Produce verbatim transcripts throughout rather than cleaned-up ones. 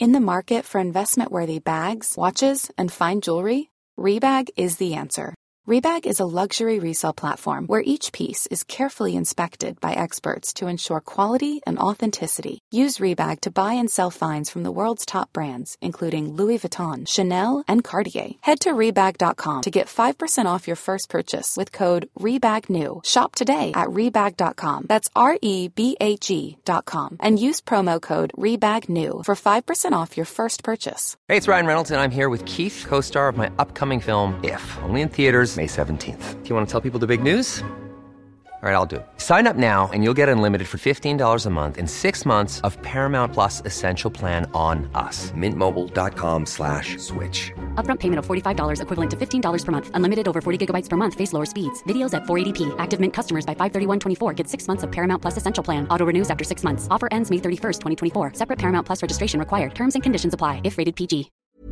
In the market for investment-worthy bags, watches, and fine jewelry, Rebag is the answer. Rebag is a luxury resale platform where each piece is carefully inspected by experts to ensure quality and authenticity. Use Rebag to buy and sell finds from the world's top brands, including Louis Vuitton, Chanel, and Cartier. Head to Rebag dot com to get five percent off your first purchase with code REBAGNEW. Shop today at Rebag dot com. That's R E B A G dot com. And use promo code REBAGNEW for five percent off your first purchase. Hey, it's Ryan Reynolds, and I'm here with Keith, co-star of my upcoming film, If, only in theaters May seventeenth. Do you want to tell people the big news? All right, I'll do it. Sign up now and you'll get unlimited for fifteen dollars a month and six months of Paramount Plus Essential Plan on us. Mint Mobile dot com slash switch. Upfront payment of forty-five dollars equivalent to fifteen dollars per month. Unlimited over forty gigabytes per month. Face lower speeds. Videos at four eighty p. Active Mint customers by five thirty-one twenty-four get six months of Paramount Plus Essential Plan. Auto renews after six months. Offer ends May thirty-first, twenty twenty-four. Separate Paramount Plus registration required. Terms and conditions apply if rated P G.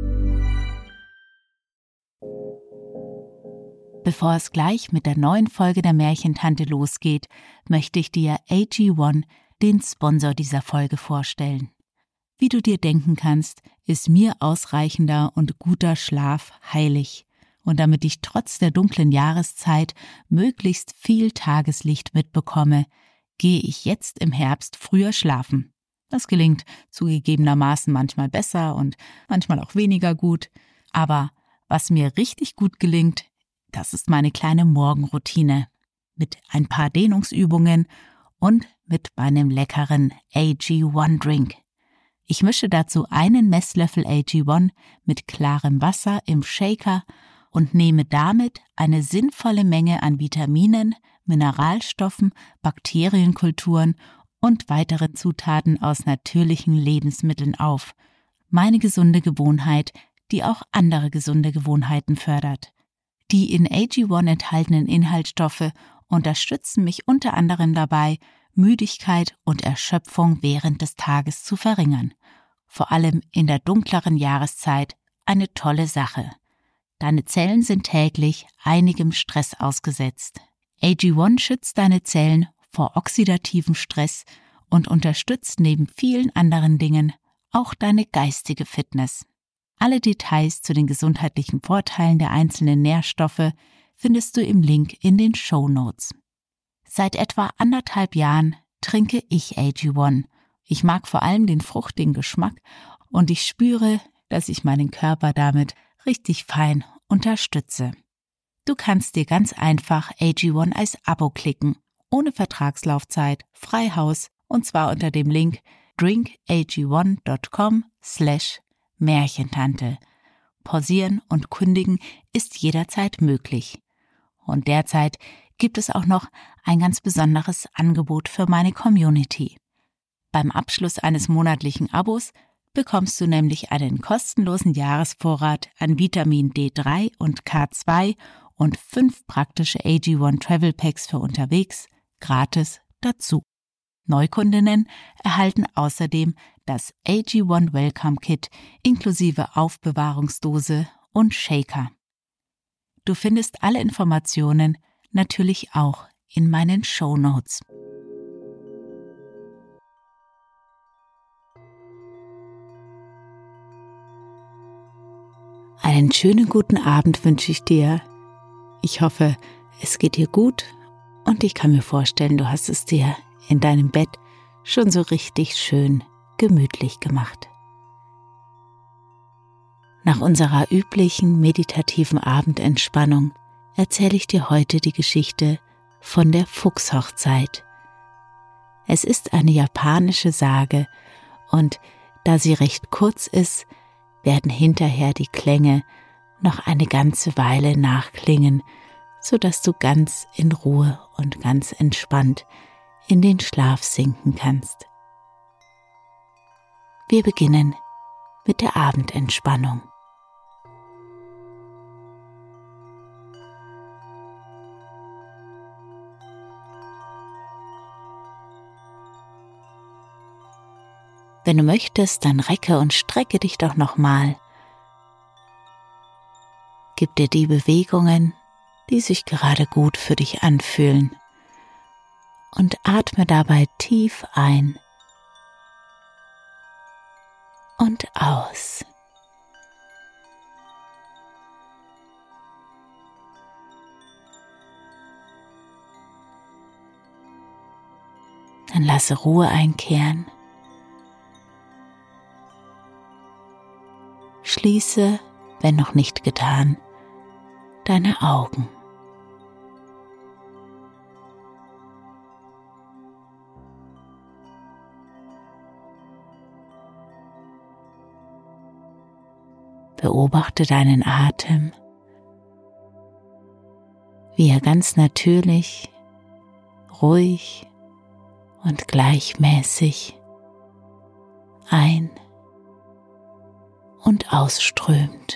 Bevor es gleich mit der neuen Folge der Märchentante losgeht, möchte ich dir A G eins, den Sponsor dieser Folge, vorstellen. Wie du dir denken kannst, ist mir ausreichender und guter Schlaf heilig. Und damit ich trotz der dunklen Jahreszeit möglichst viel Tageslicht mitbekomme, gehe ich jetzt im Herbst früher schlafen. Das gelingt zugegebenermaßen manchmal besser und manchmal auch weniger gut. Aber was mir richtig gut gelingt, das ist meine kleine Morgenroutine mit ein paar Dehnungsübungen und mit meinem leckeren A G eins Drink. Ich mische dazu einen Messlöffel A G eins mit klarem Wasser im Shaker und nehme damit eine sinnvolle Menge an Vitaminen, Mineralstoffen, Bakterienkulturen und weiteren Zutaten aus natürlichen Lebensmitteln auf. Meine gesunde Gewohnheit, die auch andere gesunde Gewohnheiten fördert. Die in A G eins enthaltenen Inhaltsstoffe unterstützen mich unter anderem dabei, Müdigkeit und Erschöpfung während des Tages zu verringern. Vor allem in der dunkleren Jahreszeit eine tolle Sache. Deine Zellen sind täglich einigem Stress ausgesetzt. A G eins schützt deine Zellen vor oxidativem Stress und unterstützt neben vielen anderen Dingen auch deine geistige Fitness. Alle Details zu den gesundheitlichen Vorteilen der einzelnen Nährstoffe findest du im Link in den Shownotes. Seit etwa anderthalb Jahren trinke ich A G eins. Ich mag vor allem den fruchtigen Geschmack und ich spüre, dass ich meinen Körper damit richtig fein unterstütze. Du kannst dir ganz einfach A G eins als Abo klicken, ohne Vertragslaufzeit, frei Haus, und zwar unter dem Link drinkag1 dot com slash Märchentante. Pausieren und kündigen ist jederzeit möglich. Und derzeit gibt es auch noch ein ganz besonderes Angebot für meine Community. Beim Abschluss eines monatlichen Abos bekommst du nämlich einen kostenlosen Jahresvorrat an Vitamin D drei und K zwei und fünf praktische A G eins Travel Packs für unterwegs gratis dazu. Neukundinnen erhalten außerdem das A G eins Welcome Kit inklusive Aufbewahrungsdose und Shaker. Du findest alle Informationen natürlich auch in meinen Shownotes. Einen schönen guten Abend wünsche ich dir. Ich hoffe, es geht dir gut und ich kann mir vorstellen, du hast es dir in deinem Bett schon so richtig schön gemütlich gemacht. Nach unserer üblichen meditativen Abendentspannung erzähle ich dir heute die Geschichte von der Fuchshochzeit. Es ist eine japanische Sage und da sie recht kurz ist, werden hinterher die Klänge noch eine ganze Weile nachklingen, sodass du ganz in Ruhe und ganz entspannt in den Schlaf sinken kannst. Wir beginnen mit der Abendentspannung. Wenn du möchtest, dann recke und strecke dich doch nochmal. Gib dir die Bewegungen, die sich gerade gut für dich anfühlen. Und atme dabei tief ein und aus. Dann lasse Ruhe einkehren. Schließe, wenn noch nicht getan, deine Augen. Beobachte deinen Atem, wie er ganz natürlich, ruhig und gleichmäßig ein- und ausströmt.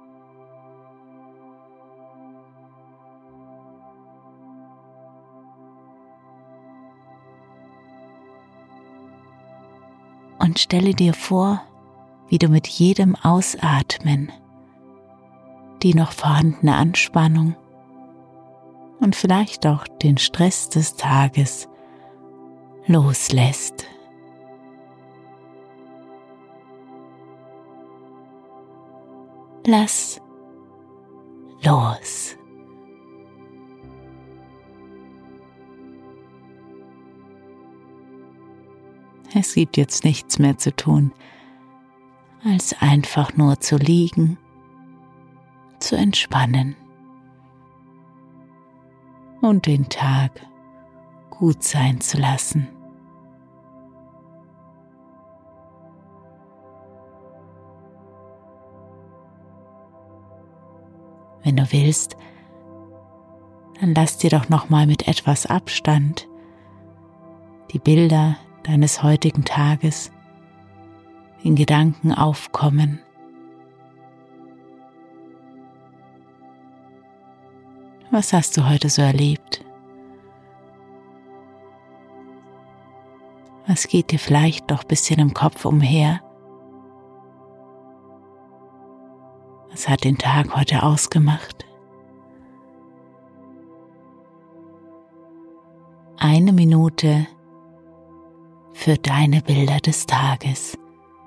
Und stelle dir vor, wie du mit jedem Ausatmen die noch vorhandene Anspannung und vielleicht auch den Stress des Tages loslässt. Lass los. Es gibt jetzt nichts mehr zu tun, als einfach nur zu liegen, zu entspannen und den Tag gut sein zu lassen. Wenn du willst, dann lass dir doch noch mal mit etwas Abstand die Bilder deines heutigen Tages in Gedanken aufkommen. Was hast du heute so erlebt? Was geht dir vielleicht noch ein bisschen im Kopf umher? Was hat den Tag heute ausgemacht? Eine Minute für deine Bilder des Tages.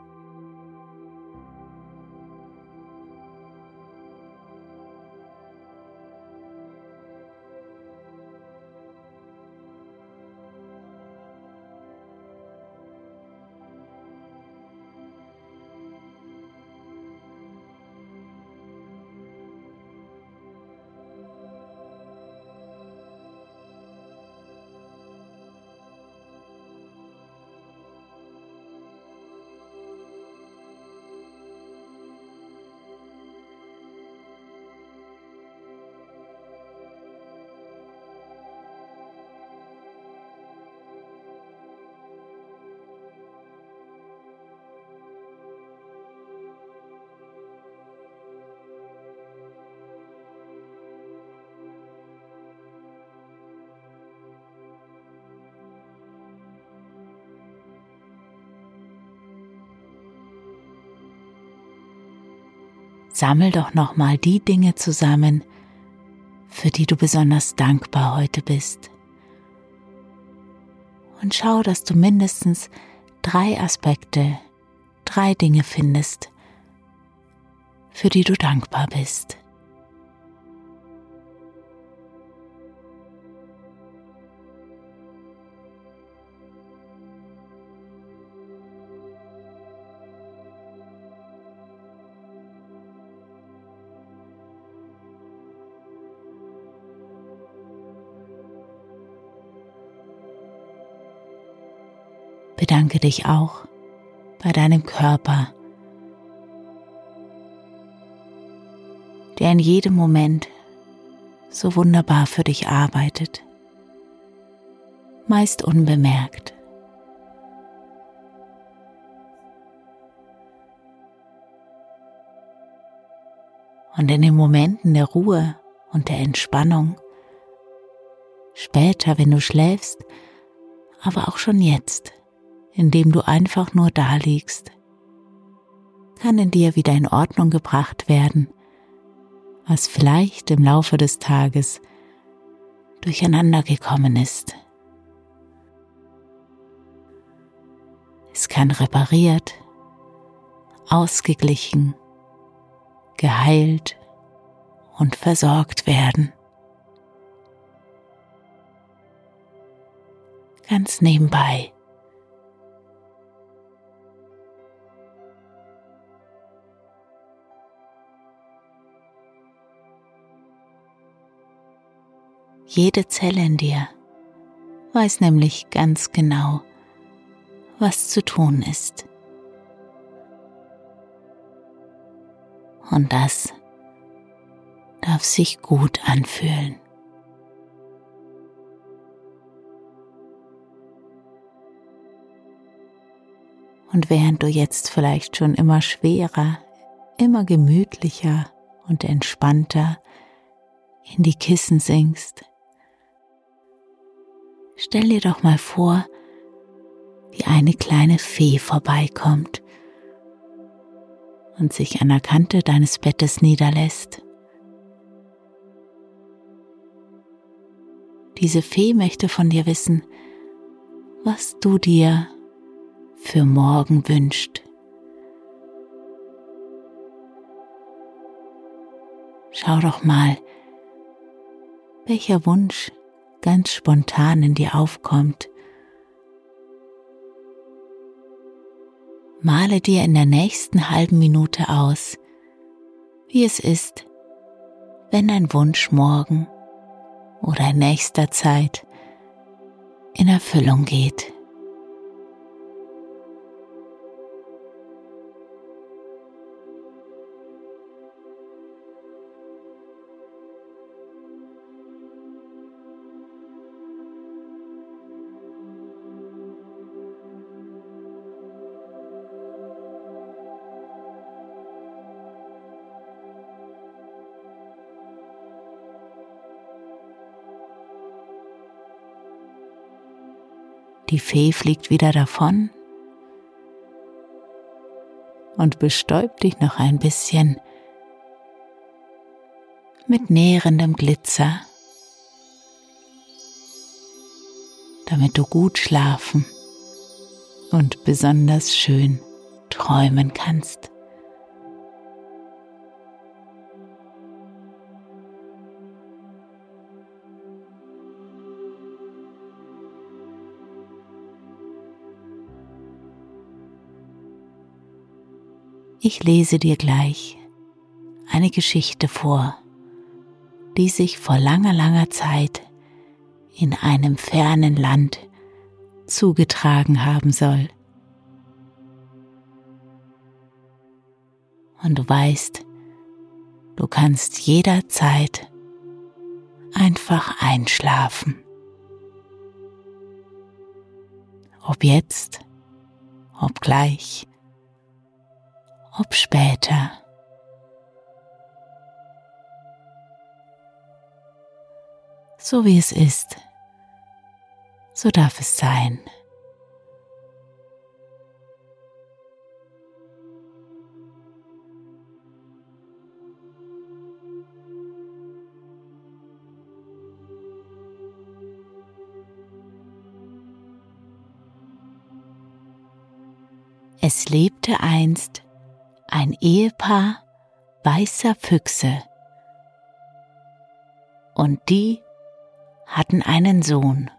Sammel doch noch mal die Dinge zusammen, für die du besonders dankbar heute bist. Und schau, dass du mindestens drei Aspekte, drei Dinge findest, für die du dankbar bist. Bedanke dich auch bei deinem Körper, der in jedem Moment so wunderbar für dich arbeitet, meist unbemerkt. Und in den Momenten der Ruhe und der Entspannung, später, wenn du schläfst, aber auch schon jetzt, indem du einfach nur da liegst, kann in dir wieder in Ordnung gebracht werden, was vielleicht im Laufe des Tages durcheinander gekommen ist. Es kann repariert, ausgeglichen, geheilt und versorgt werden. Ganz nebenbei. Jede Zelle in dir weiß nämlich ganz genau, was zu tun ist. Und das darf sich gut anfühlen. Und während du jetzt vielleicht schon immer schwerer, immer gemütlicher und entspannter in die Kissen sinkst, stell dir doch mal vor, wie eine kleine Fee vorbeikommt und sich an der Kante deines Bettes niederlässt. Diese Fee möchte von dir wissen, was du dir für morgen wünschst. Schau doch mal, welcher Wunsch ganz spontan in dir aufkommt. Male dir in der nächsten halben Minute aus, wie es ist, wenn dein Wunsch morgen oder in nächster Zeit in Erfüllung geht. Die Fee fliegt wieder davon und bestäubt dich noch ein bisschen mit nährendem Glitzer, damit du gut schlafen und besonders schön träumen kannst. Ich lese dir gleich eine Geschichte vor, die sich vor langer, langer Zeit in einem fernen Land zugetragen haben soll. Und du weißt, du kannst jederzeit einfach einschlafen. Ob jetzt, ob gleich, ob später. So wie es ist, so darf es sein. Es lebte einst ein Ehepaar weißer Füchse, und die hatten einen Sohn,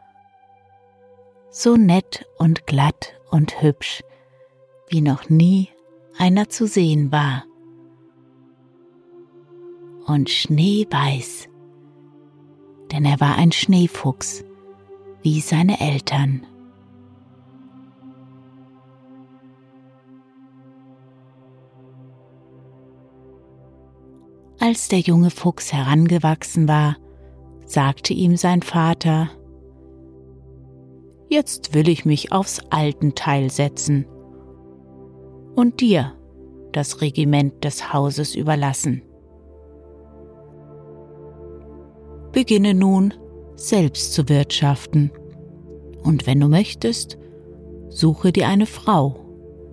so nett und glatt und hübsch, wie noch nie einer zu sehen war, und schneeweiß, denn er war ein Schneefuchs, wie seine Eltern. Als der junge Fuchs herangewachsen war, sagte ihm sein Vater: »Jetzt will ich mich aufs Altenteil setzen und dir das Regiment des Hauses überlassen. Beginne nun, selbst zu wirtschaften, und wenn du möchtest, suche dir eine Frau.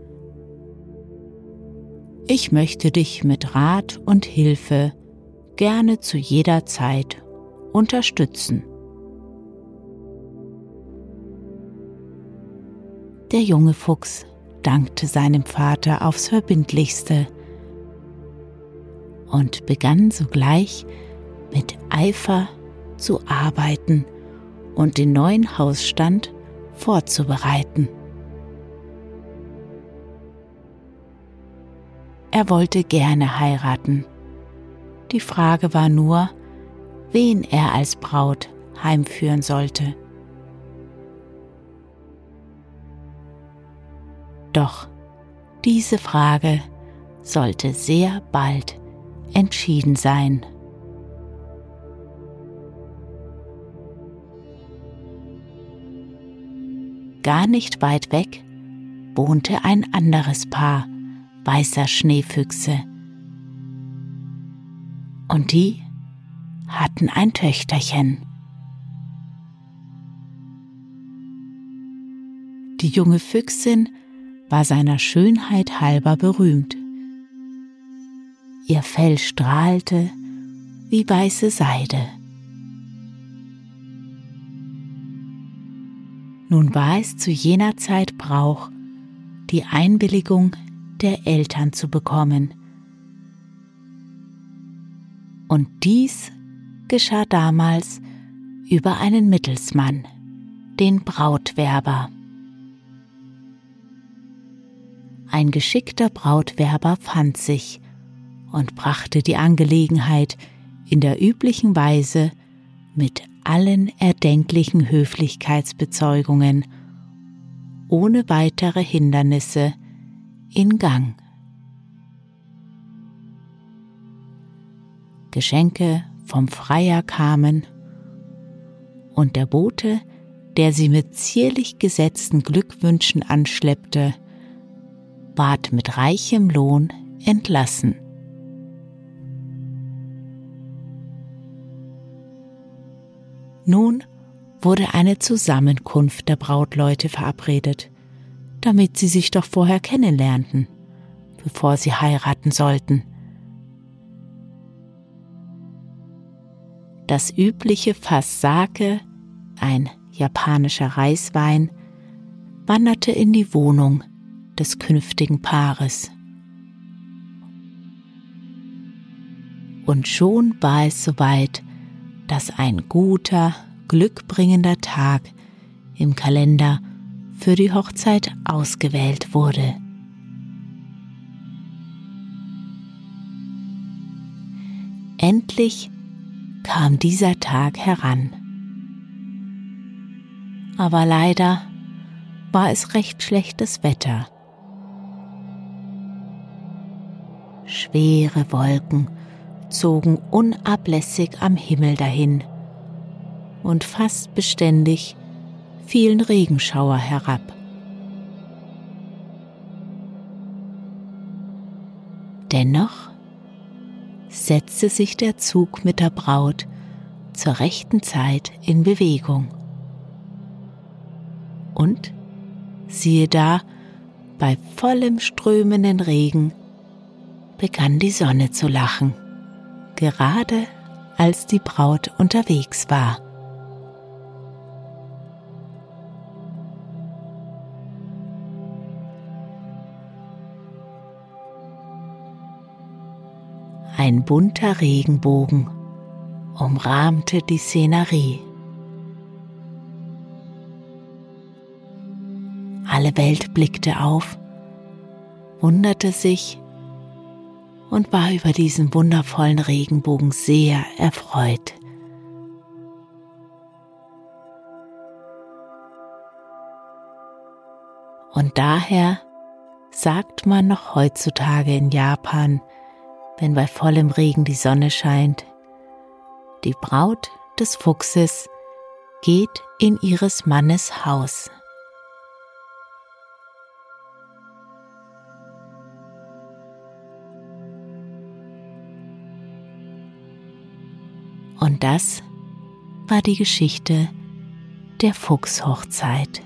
Ich möchte dich mit Rat und Hilfe gerne zu jeder Zeit unterstützen.« Der junge Fuchs dankte seinem Vater aufs Verbindlichste und begann sogleich mit Eifer zu arbeiten und den neuen Hausstand vorzubereiten. Er wollte gerne heiraten. Die Frage war nur, wen er als Braut heimführen sollte. Doch diese Frage sollte sehr bald entschieden sein. Gar nicht weit weg wohnte ein anderes Paar weißer Schneefüchse. Und die hatten ein Töchterchen. Die junge Füchsin war seiner Schönheit halber berühmt. Ihr Fell strahlte wie weiße Seide. Nun war es zu jener Zeit Brauch, die Einwilligung der Eltern zu bekommen. Und dies geschah damals über einen Mittelsmann, den Brautwerber. Ein geschickter Brautwerber fand sich und brachte die Angelegenheit in der üblichen Weise mit allen erdenklichen Höflichkeitsbezeugungen ohne weitere Hindernisse in Gang. Geschenke vom Freier kamen und der Bote, der sie mit zierlich gesetzten Glückwünschen anschleppte, ward mit reichem Lohn entlassen. Nun wurde eine Zusammenkunft der Brautleute verabredet, damit sie sich doch vorher kennenlernten, bevor sie heiraten sollten. Das übliche Fass Sake, ein japanischer Reiswein, wanderte in die Wohnung des künftigen Paares. Und schon war es soweit, dass ein guter, glückbringender Tag im Kalender für die Hochzeit ausgewählt wurde. Endlich kam dieser Tag heran. Aber leider war es recht schlechtes Wetter. Schwere Wolken zogen unablässig am Himmel dahin und fast beständig fielen Regenschauer herab. Dennoch setzte sich der Zug mit der Braut zur rechten Zeit in Bewegung. Und siehe da, bei vollem strömenden Regen begann die Sonne zu lachen, gerade als die Braut unterwegs war. Ein bunter Regenbogen umrahmte die Szenerie. Alle Welt blickte auf, wunderte sich und war über diesen wundervollen Regenbogen sehr erfreut. Und daher sagt man noch heutzutage in Japan, wenn bei vollem Regen die Sonne scheint, die Braut des Fuchses geht in ihres Mannes Haus. Und das war die Geschichte der Fuchshochzeit.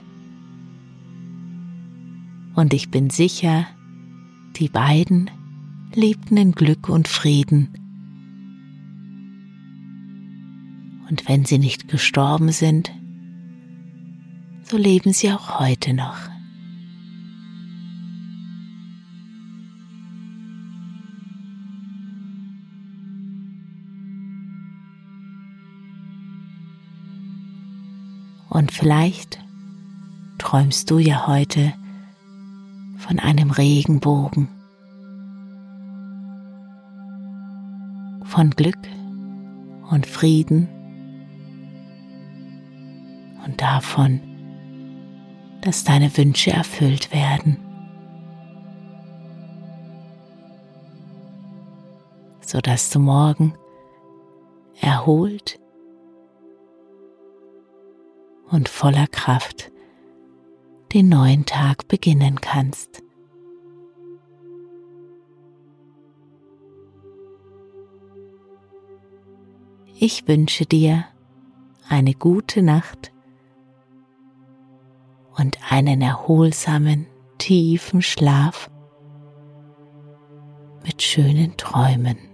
Und ich bin sicher, die beiden lebten in Glück und Frieden. Und wenn sie nicht gestorben sind, so leben sie auch heute noch. Und vielleicht träumst du ja heute von einem Regenbogen, von Glück und Frieden und davon, dass deine Wünsche erfüllt werden, sodass du morgen erholt und voller Kraft den neuen Tag beginnen kannst. Ich wünsche dir eine gute Nacht und einen erholsamen, tiefen Schlaf mit schönen Träumen.